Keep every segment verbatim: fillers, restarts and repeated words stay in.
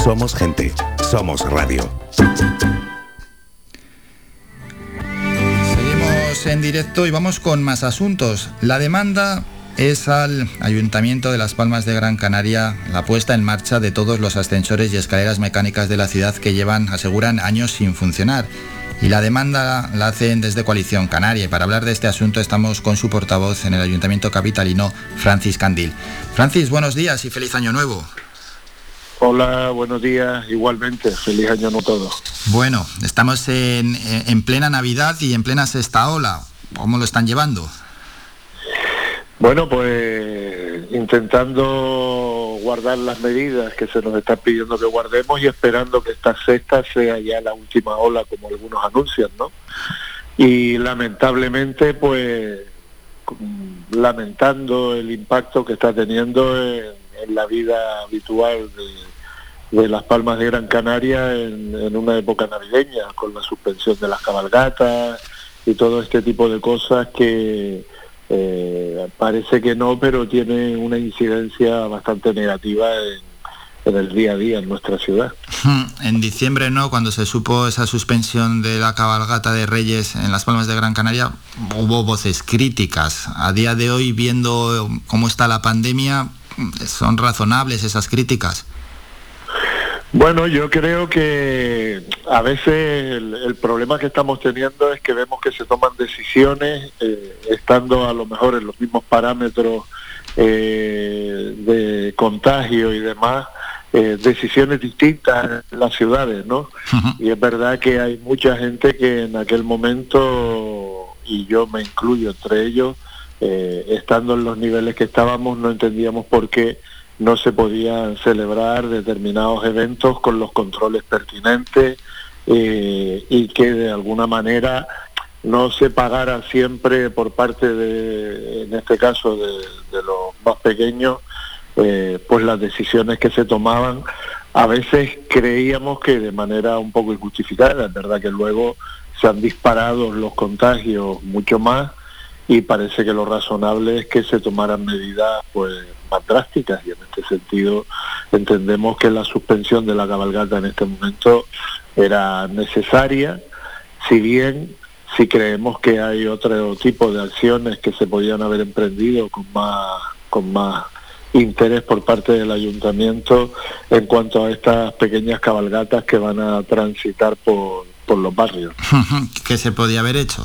Somos gente, somos radio. Seguimos en directo y vamos con más asuntos. La demanda es al Ayuntamiento de Las Palmas de Gran Canaria la puesta en marcha de todos los ascensores y escaleras mecánicas de la ciudad que llevan, aseguran, años sin funcionar. Y la demanda la hacen desde Coalición Canaria. Y para hablar de este asunto estamos con su portavoz en el Ayuntamiento capitalino, Francis Candil. Francis, buenos días y feliz año nuevo. Hola, buenos días, igualmente, feliz año nuevo a todos. Bueno, estamos en, en plena Navidad y en plena sexta ola. ¿Cómo lo están llevando? Bueno, pues intentando guardar las medidas que se nos están pidiendo que guardemos y esperando que esta sexta sea ya la última ola, como algunos anuncian, ¿no? Y lamentablemente, pues, lamentando el impacto que está teniendo en, en la vida habitual de, de Las Palmas de Gran Canaria en, en una época navideña, con la suspensión de las cabalgatas y todo este tipo de cosas que Eh, parece que no, pero tiene una incidencia bastante negativa en, en el día a día en nuestra ciudad. En diciembre, ¿no?, cuando se supo esa suspensión de la cabalgata de Reyes en Las Palmas de Gran Canaria, hubo voces críticas. A día de hoy, viendo cómo está la pandemia, ¿son razonables esas críticas? Bueno, yo creo que a veces el, el problema que estamos teniendo es que vemos que se toman decisiones eh, estando a lo mejor en los mismos parámetros eh, de contagio y demás, eh, decisiones distintas en las ciudades, ¿no? Uh-huh. Y es verdad que hay mucha gente que en aquel momento, y yo me incluyo entre ellos, eh, estando en los niveles que estábamos, no entendíamos por qué no se podían celebrar determinados eventos con los controles pertinentes eh, y que de alguna manera no se pagara siempre por parte de, en este caso, de, de los más pequeños, eh, pues las decisiones que se tomaban. A veces creíamos que de manera un poco injustificada, es verdad que luego se han disparado los contagios mucho más y parece que lo razonable es que se tomaran medidas pues más drásticas, y en este sentido entendemos que la suspensión de la cabalgata en este momento era necesaria, si bien si creemos que hay otro tipo de acciones que se podían haber emprendido con más con más interés por parte del ayuntamiento en cuanto a estas pequeñas cabalgatas que van a transitar por, por los barrios. ¿Qué se podía haber hecho?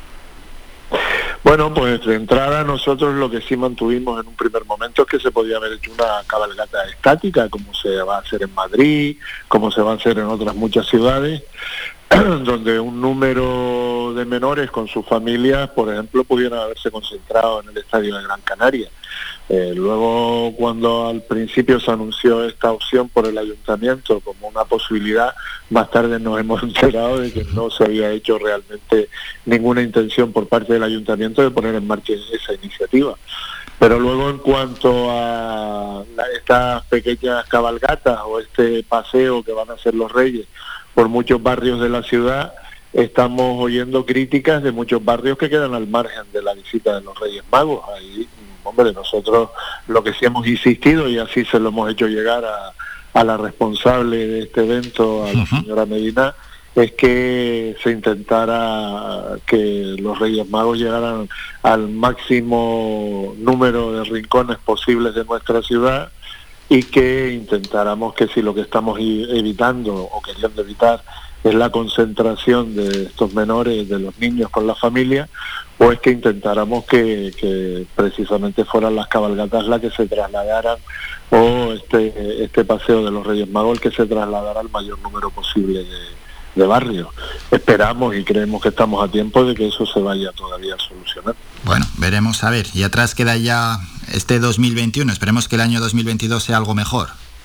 Bueno, pues de entrada nosotros lo que sí mantuvimos en un primer momento es que se podía haber hecho una cabalgata estática, como se va a hacer en Madrid, como se va a hacer en otras muchas ciudades, donde un número de menores con sus familias, por ejemplo, pudieran haberse concentrado en el estadio de Gran Canaria. Eh, luego, cuando al principio se anunció esta opción por el ayuntamiento como una posibilidad, más tarde nos hemos enterado de que no se había hecho realmente ninguna intención por parte del ayuntamiento de poner en marcha esa iniciativa. Pero luego, en cuanto a la, estas pequeñas cabalgatas o este paseo que van a hacer los Reyes por muchos barrios de la ciudad, estamos oyendo críticas de muchos barrios que quedan al margen de la visita de los Reyes Magos. Ahí, hombre, nosotros lo que sí hemos insistido, y así se lo hemos hecho llegar a, a la responsable de este evento, a la señora Medina, es que se intentara que los Reyes Magos llegaran al máximo número de rincones posibles de nuestra ciudad, y que intentáramos que si lo que estamos evitando o queriendo evitar es la concentración de estos menores, de los niños con la familia, pues que intentáramos que, que precisamente fueran las cabalgatas las que se trasladaran, o este, este paseo de los Reyes Magos el que se trasladara al mayor número posible de, de barrios. Esperamos y creemos que estamos a tiempo de que eso se vaya todavía a solucionar. Bueno, veremos a ver. Y atrás queda ya este dos mil veintiuno. Esperemos que el año dos mil veintidós sea algo mejor.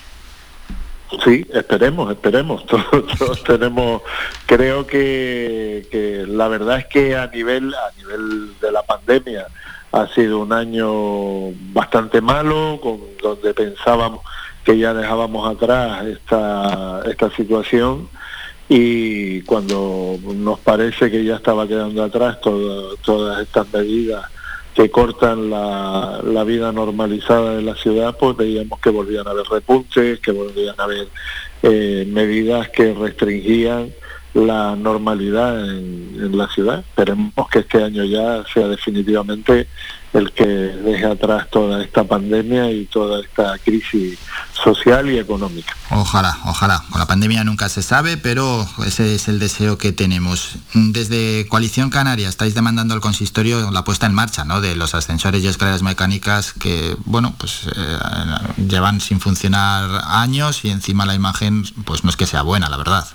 Sí, esperemos, esperemos. Todos, todos tenemos, creo que, que la verdad es que a nivel, a nivel de la pandemia ha sido un año bastante malo, con, donde pensábamos que ya dejábamos atrás esta, esta situación, y cuando nos parece que ya estaba quedando atrás todo, todas estas medidas que cortan la, la vida normalizada de la ciudad, pues veíamos que volvían a haber repuntes, que volvían a haber eh, medidas que restringían la normalidad en, en la ciudad. Esperemos que este año ya sea definitivamente el que deje atrás toda esta pandemia y toda esta crisis social y económica. Ojalá, ojalá. Con la pandemia nunca se sabe, pero ese es el deseo que tenemos. Desde Coalición Canaria estáis demandando al consistorio la puesta en marcha, ¿no?, de los ascensores y escaleras mecánicas que, bueno, pues eh, llevan sin funcionar años y encima la imagen, pues no es que sea buena, la verdad.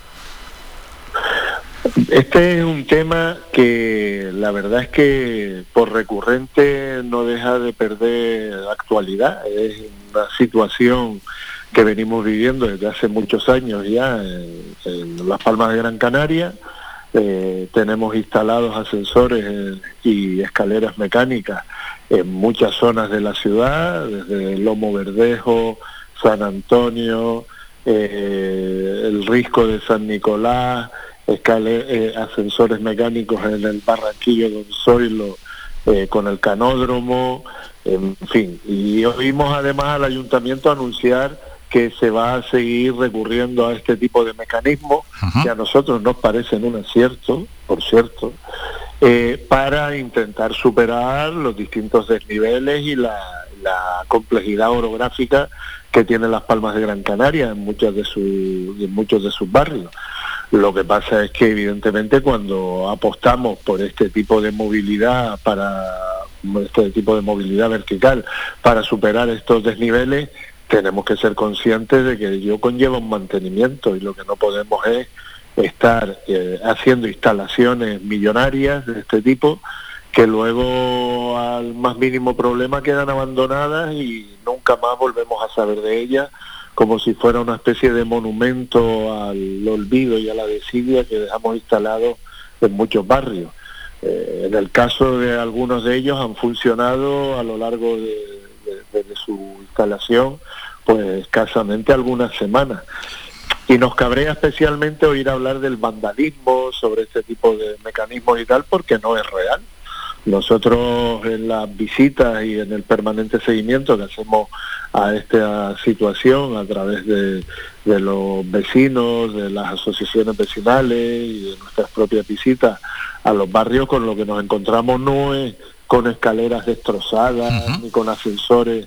Este es un tema que la verdad es que por recurrente no deja de perder actualidad. Es una situación que venimos viviendo desde hace muchos años ya en, en Las Palmas de Gran Canaria. Eh, tenemos instalados ascensores eh, y escaleras mecánicas en muchas zonas de la ciudad, desde Lomo Verdejo, San Antonio, eh, el Risco de San Nicolás, Escale, eh, ascensores mecánicos en el Barranquillo de Zoilo, eh, con el canódromo, en fin. Y oímos además al ayuntamiento anunciar que se va a seguir recurriendo a este tipo de mecanismos, uh-huh. que a nosotros nos parecen un acierto, por cierto, eh, para intentar superar los distintos desniveles y la, la complejidad orográfica que tiene Las Palmas de Gran Canaria en, muchas de su, en muchos de sus barrios. Lo que pasa es que evidentemente cuando apostamos por este tipo de movilidad, para este tipo de movilidad vertical, para superar estos desniveles, tenemos que ser conscientes de que ello conlleva un mantenimiento, y lo que no podemos es estar eh, haciendo instalaciones millonarias de este tipo que luego al más mínimo problema quedan abandonadas y nunca más volvemos a saber de ellas, como si fuera una especie de monumento al olvido y a la desidia que dejamos instalado en muchos barrios. Eh, en el caso de algunos de ellos han funcionado a lo largo de, de, de su instalación, pues escasamente algunas semanas. Y nos cabrea especialmente oír hablar del vandalismo sobre este tipo de mecanismos y tal, porque no es real. Nosotros en las visitas y en el permanente seguimiento que hacemos a esta situación a través de, de los vecinos, de las asociaciones vecinales y de nuestras propias visitas a los barrios, con lo que nos encontramos no es con escaleras destrozadas, uh-huh. ni con ascensores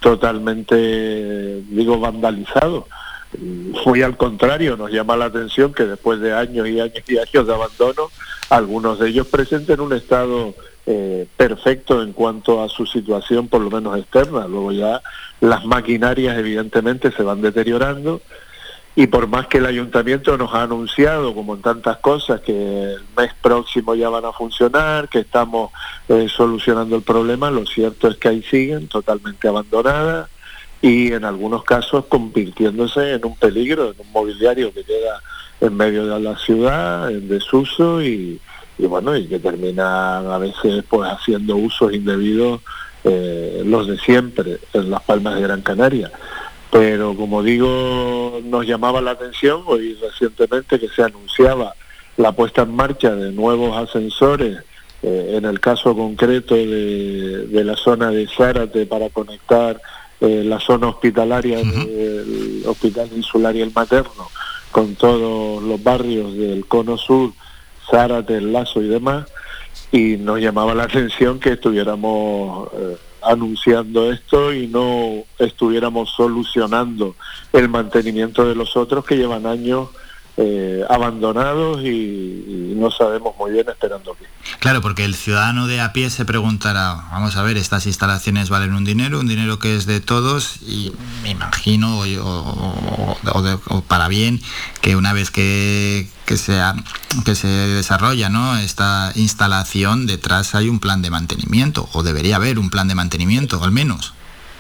totalmente, digo, vandalizados. Muy al contrario, nos llama la atención que después de años y años y años de abandono, algunos de ellos presenten un estado eh, perfecto en cuanto a su situación, por lo menos externa. Luego ya las maquinarias evidentemente se van deteriorando, y por más que el ayuntamiento nos ha anunciado, como en tantas cosas, que el mes próximo ya van a funcionar, que estamos eh, solucionando el problema, lo cierto es que ahí siguen totalmente abandonadas, y en algunos casos convirtiéndose en un peligro, en un mobiliario que queda en medio de la ciudad, en desuso, y, y bueno, y que terminan a veces pues haciendo usos indebidos eh, los de siempre en Las Palmas de Gran Canaria. Pero como digo, nos llamaba la atención hoy recientemente que se anunciaba la puesta en marcha de nuevos ascensores, eh, en el caso concreto de, de la zona de Zárate, para conectar Eh, la zona hospitalaria uh-huh. del Hospital Insular y el Materno con todos los barrios del Cono Sur, Zárate, El Lazo y demás, y nos llamaba la atención que estuviéramos eh, anunciando esto y no estuviéramos solucionando el mantenimiento de los otros que llevan años eh, abandonados y, y no sabemos muy bien esperando qué. Claro, porque el ciudadano de a pie se preguntará, vamos a ver, estas instalaciones valen un dinero, un dinero que es de todos, y me imagino, o, o, o, de, o para bien, que una vez que, que, sea, que se desarrolla, ¿no?, esta instalación, detrás hay un plan de mantenimiento, o debería haber un plan de mantenimiento, al menos.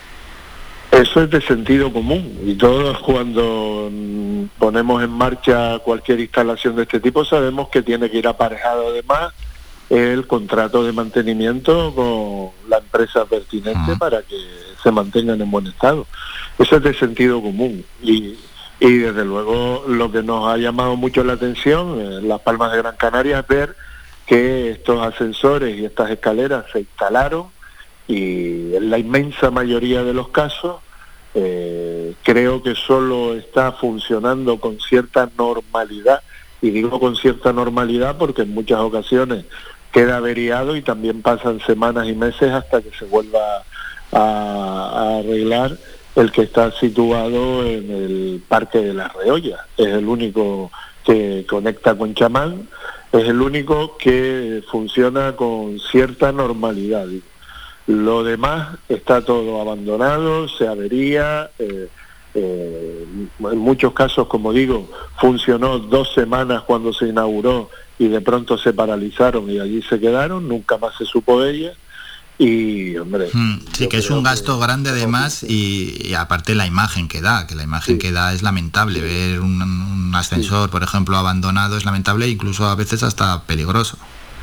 Eso es de sentido común, y todos cuando ponemos en marcha cualquier instalación de este tipo sabemos que tiene que ir aparejado además el contrato de mantenimiento con la empresa pertinente uh-huh. para que se mantengan en buen estado. Eso es de sentido común, y, y desde luego lo que nos ha llamado mucho la atención en Las Palmas de Gran Canaria es ver que estos ascensores y estas escaleras se instalaron y en la inmensa mayoría de los casos eh, creo que solo está funcionando con cierta normalidad, y digo con cierta normalidad porque en muchas ocasiones queda averiado y también pasan semanas y meses hasta que se vuelva a, a arreglar el que está situado en el Parque de las Reollas. Es el único que conecta con Chamán, es el único que funciona con cierta normalidad. Lo demás está todo abandonado, se avería, eh, eh, en muchos casos, como digo, funcionó dos semanas cuando se inauguró y de pronto se paralizaron y allí se quedaron, nunca más se supo de ellas. Y, hombre... Mm, sí, que es un gasto que, grande además y, y aparte la imagen que da, que la imagen sí. que da es lamentable. Sí. Ver un, un ascensor, sí. por ejemplo, abandonado es lamentable, incluso a veces hasta peligroso.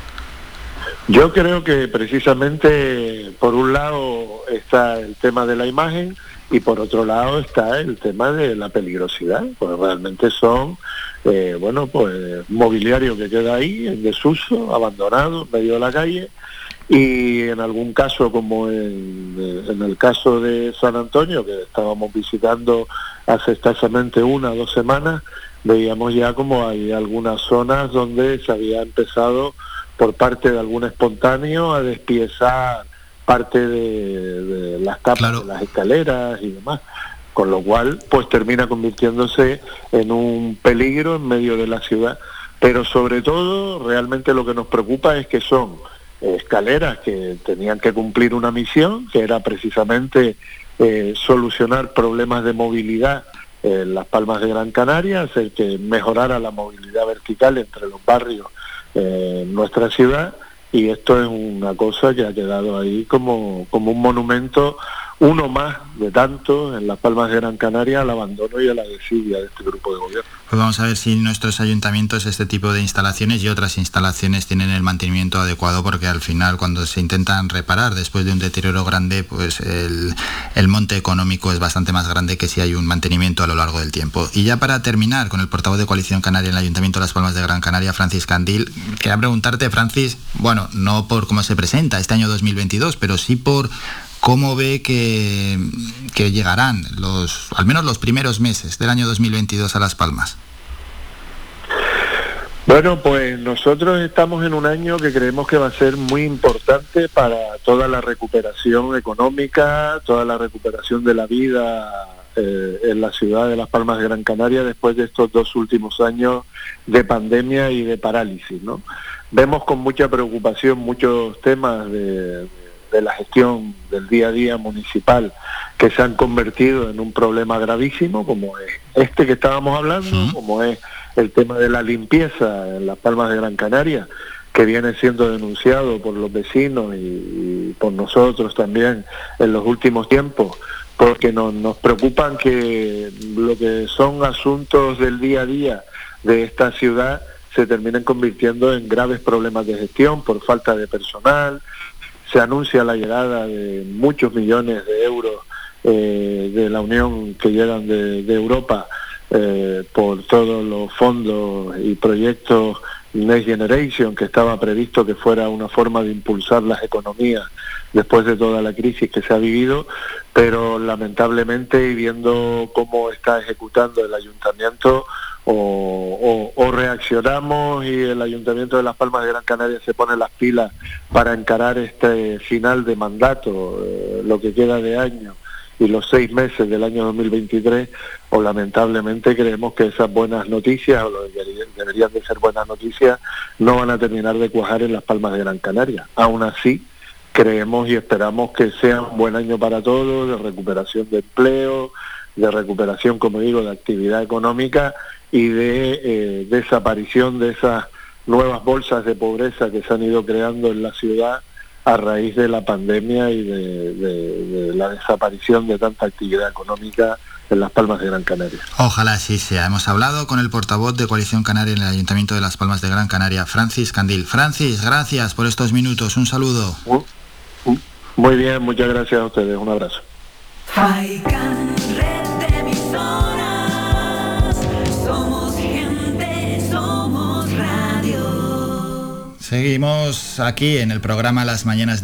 Yo creo que precisamente por un lado está el tema de la imagen y por otro lado está el tema de la peligrosidad, pues realmente son, eh, bueno, pues mobiliario que queda ahí en desuso, abandonado, en medio de la calle. Y en algún caso, como en, en el caso de San Antonio, que estábamos visitando hace escasamente una o dos semanas, veíamos ya como hay algunas zonas donde se había empezado por parte de algún espontáneo a despiezar parte de, de las tapas claro. de las escaleras y demás, con lo cual pues termina convirtiéndose en un peligro en medio de la ciudad. Pero sobre todo, realmente lo que nos preocupa es que son escaleras que tenían que cumplir una misión, que era precisamente eh, solucionar problemas de movilidad en Las Palmas de Gran Canaria, hacer que mejorara la movilidad vertical entre los barrios eh, en nuestra ciudad, y esto es una cosa que ha quedado ahí como, como un monumento, uno más de tantos en Las Palmas de Gran Canaria, al abandono y a la desidia de este grupo de gobierno. Pues vamos a ver si nuestros ayuntamientos este tipo de instalaciones y otras instalaciones tienen el mantenimiento adecuado, porque al final cuando se intentan reparar después de un deterioro grande, pues el, el monte económico es bastante más grande que si hay un mantenimiento a lo largo del tiempo. Y ya para terminar, con el portavoz de Coalición Canaria en el Ayuntamiento de Las Palmas de Gran Canaria, Francis Candil, quería preguntarte, Francis, bueno, no por cómo se presenta este año dos mil veintidós, pero sí por ¿cómo ve que, que llegarán los, al menos los primeros meses del año dos mil veintidós a Las Palmas? Bueno, pues nosotros estamos en un año que creemos que va a ser muy importante para toda la recuperación económica, toda la recuperación de la vida eh, en la ciudad de Las Palmas de Gran Canaria después de estos dos últimos años de pandemia y de parálisis, ¿no? Vemos con mucha preocupación muchos temas de... de la gestión del día a día municipal que se han convertido en un problema gravísimo, como es este que estábamos hablando, sí. como es el tema de la limpieza en Las Palmas de Gran Canaria, que viene siendo denunciado por los vecinos y, y por nosotros también en los últimos tiempos, porque nos, nos preocupan que lo que son asuntos del día a día de esta ciudad se terminen convirtiendo en graves problemas de gestión por falta de personal. Se anuncia la llegada de muchos millones de euros eh, de la Unión que llegan de, de Europa eh, por todos los fondos y proyectos Next Generation, que estaba previsto que fuera una forma de impulsar las economías después de toda la crisis que se ha vivido, pero lamentablemente, y viendo cómo está ejecutando el ayuntamiento, O, o, o reaccionamos y el Ayuntamiento de Las Palmas de Gran Canaria se pone las pilas para encarar este final de mandato, eh, lo que queda de año y los seis meses del año dos mil veintitrés, o lamentablemente creemos que esas buenas noticias, o lo que deberían de ser buenas noticias, no van a terminar de cuajar en Las Palmas de Gran Canaria. Aún así, creemos y esperamos que sea un buen año para todos, de recuperación de empleo, de recuperación, como digo, de actividad económica y de eh, desaparición de esas nuevas bolsas de pobreza que se han ido creando en la ciudad a raíz de la pandemia y de, de, de la desaparición de tanta actividad económica en Las Palmas de Gran Canaria. Ojalá así sea. Hemos hablado con el portavoz de Coalición Canaria en el Ayuntamiento de Las Palmas de Gran Canaria, Francis Candil. Francis, gracias por estos minutos. Un saludo. Muy bien, muchas gracias a ustedes. Un abrazo. Seguimos aquí en el programa Las Mañanas de